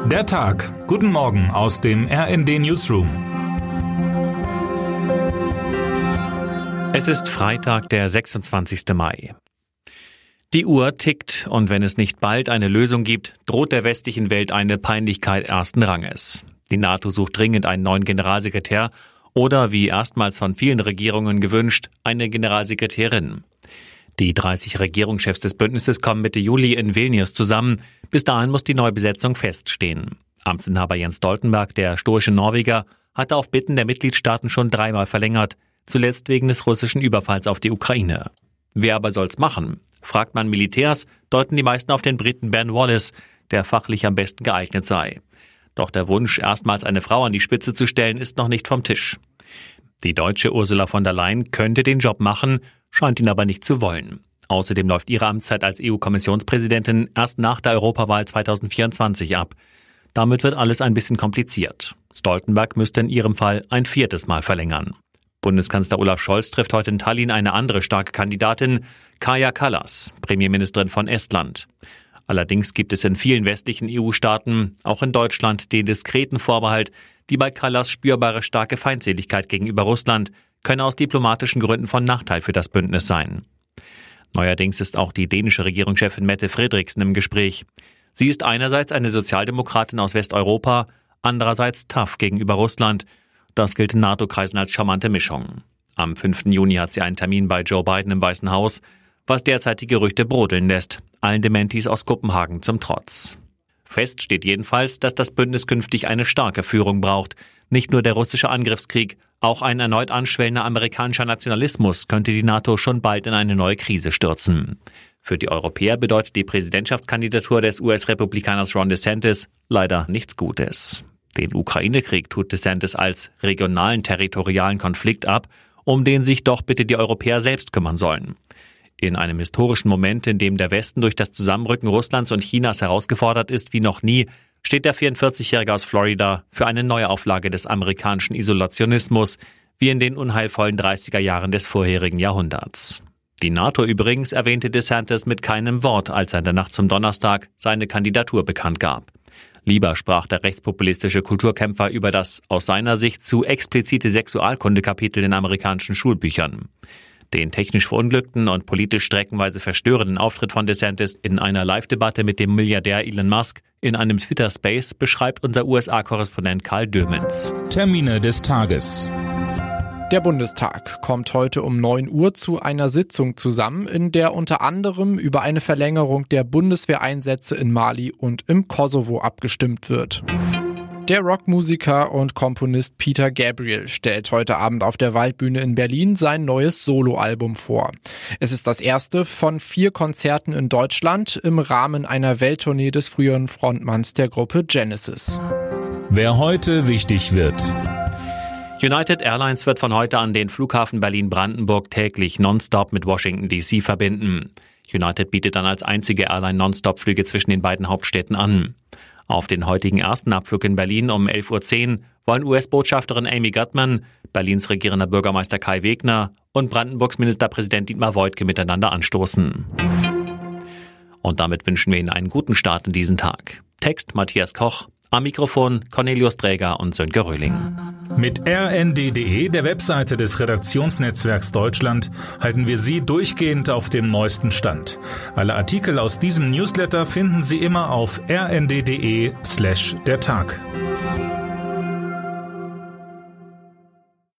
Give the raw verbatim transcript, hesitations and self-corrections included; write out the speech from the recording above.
Der Tag. Guten Morgen aus dem R N D Newsroom. Es ist Freitag, der sechsundzwanzigste Mai. Die Uhr tickt und wenn es nicht bald eine Lösung gibt, droht der westlichen Welt eine Peinlichkeit ersten Ranges. Die NATO sucht dringend einen neuen Generalsekretär oder, wie erstmals von vielen Regierungen gewünscht, eine Generalsekretärin. Die dreißig Regierungschefs des Bündnisses kommen Mitte Juli in Vilnius zusammen. Bis dahin muss die Neubesetzung feststehen. Amtsinhaber Jens Stoltenberg, der stoische Norweger, hatte auf Bitten der Mitgliedstaaten schon dreimal verlängert, zuletzt wegen des russischen Überfalls auf die Ukraine. Wer aber soll's machen? Fragt man Militärs, deuten die meisten auf den Briten Ben Wallace, der fachlich am besten geeignet sei. Doch der Wunsch, erstmals eine Frau an die Spitze zu stellen, ist noch nicht vom Tisch. Die deutsche Ursula von der Leyen könnte den Job machen, scheint ihn aber nicht zu wollen. Außerdem läuft ihre Amtszeit als E U-Kommissionspräsidentin erst nach der Europawahl zweitausendvierundzwanzig ab. Damit wird alles ein bisschen kompliziert. Stoltenberg müsste in ihrem Fall ein viertes Mal verlängern. Bundeskanzler Olaf Scholz trifft heute in Tallinn eine andere starke Kandidatin, Kaja Kallas, Premierministerin von Estland. Allerdings gibt es in vielen westlichen E U-Staaten, auch in Deutschland, den diskreten Vorbehalt, die bei Kallas spürbare starke Feindseligkeit gegenüber Russland könne aus diplomatischen Gründen von Nachteil für das Bündnis sein. Neuerdings ist auch die dänische Regierungschefin Mette Frederiksen im Gespräch. Sie ist einerseits eine Sozialdemokratin aus Westeuropa, andererseits tough gegenüber Russland. Das gilt in NATO-Kreisen als charmante Mischung. Am fünften Juni hat sie einen Termin bei Joe Biden im Weißen Haus, was derzeit die Gerüchte brodeln lässt, allen Dementis aus Kopenhagen zum Trotz. Fest steht jedenfalls, dass das Bündnis künftig eine starke Führung braucht. Nicht nur der russische Angriffskrieg, auch ein erneut anschwellender amerikanischer Nationalismus könnte die NATO schon bald in eine neue Krise stürzen. Für die Europäer bedeutet die Präsidentschaftskandidatur des U S-Republikaners Ron DeSantis leider nichts Gutes. Den Ukraine-Krieg tut DeSantis als regionalen territorialen Konflikt ab, um den sich doch bitte die Europäer selbst kümmern sollen. In einem historischen Moment, in dem der Westen durch das Zusammenrücken Russlands und Chinas herausgefordert ist wie noch nie, steht der vierundvierzigjährige aus Florida für eine Neuauflage des amerikanischen Isolationismus, wie in den unheilvollen dreißiger Jahren des vorherigen Jahrhunderts. Die NATO übrigens erwähnte DeSantis mit keinem Wort, als er in der Nacht zum Donnerstag seine Kandidatur bekannt gab. Lieber sprach der rechtspopulistische Kulturkämpfer über das aus seiner Sicht zu explizite Sexualkundekapitel in amerikanischen Schulbüchern. Den technisch verunglückten und politisch streckenweise verstörenden Auftritt von DeSantis in einer Live-Debatte mit dem Milliardär Elon Musk in einem Twitter-Space beschreibt unser U S A-Korrespondent Karl Dömens. Termine des Tages. Der Bundestag kommt heute um neun Uhr zu einer Sitzung zusammen, in der unter anderem über eine Verlängerung der Bundeswehreinsätze in Mali und im Kosovo abgestimmt wird. Der Rockmusiker und Komponist Peter Gabriel stellt heute Abend auf der Waldbühne in Berlin sein neues Soloalbum vor. Es ist das erste von vier Konzerten in Deutschland im Rahmen einer Welttournee des früheren Frontmanns der Gruppe Genesis. Wer heute wichtig wird. United Airlines wird von heute an den Flughafen Berlin-Brandenburg täglich nonstop mit Washington D C verbinden. United bietet dann als einzige Airline Nonstop-Flüge zwischen den beiden Hauptstädten an. Auf den heutigen ersten Abflug in Berlin um elf Uhr zehn wollen U S-Botschafterin Amy Gutmann, Berlins regierender Bürgermeister Kai Wegner und Brandenburgs Ministerpräsident Dietmar Woidke miteinander anstoßen. Und damit wünschen wir Ihnen einen guten Start in diesen Tag. Text Matthias Koch, am Mikrofon Cornelius Träger und Sönke Röhling. Mit R N D punkt D E, der Webseite des Redaktionsnetzwerks Deutschland, halten wir Sie durchgehend auf dem neuesten Stand. Alle Artikel aus diesem Newsletter finden Sie immer auf r n d punkt d e slash der Tag.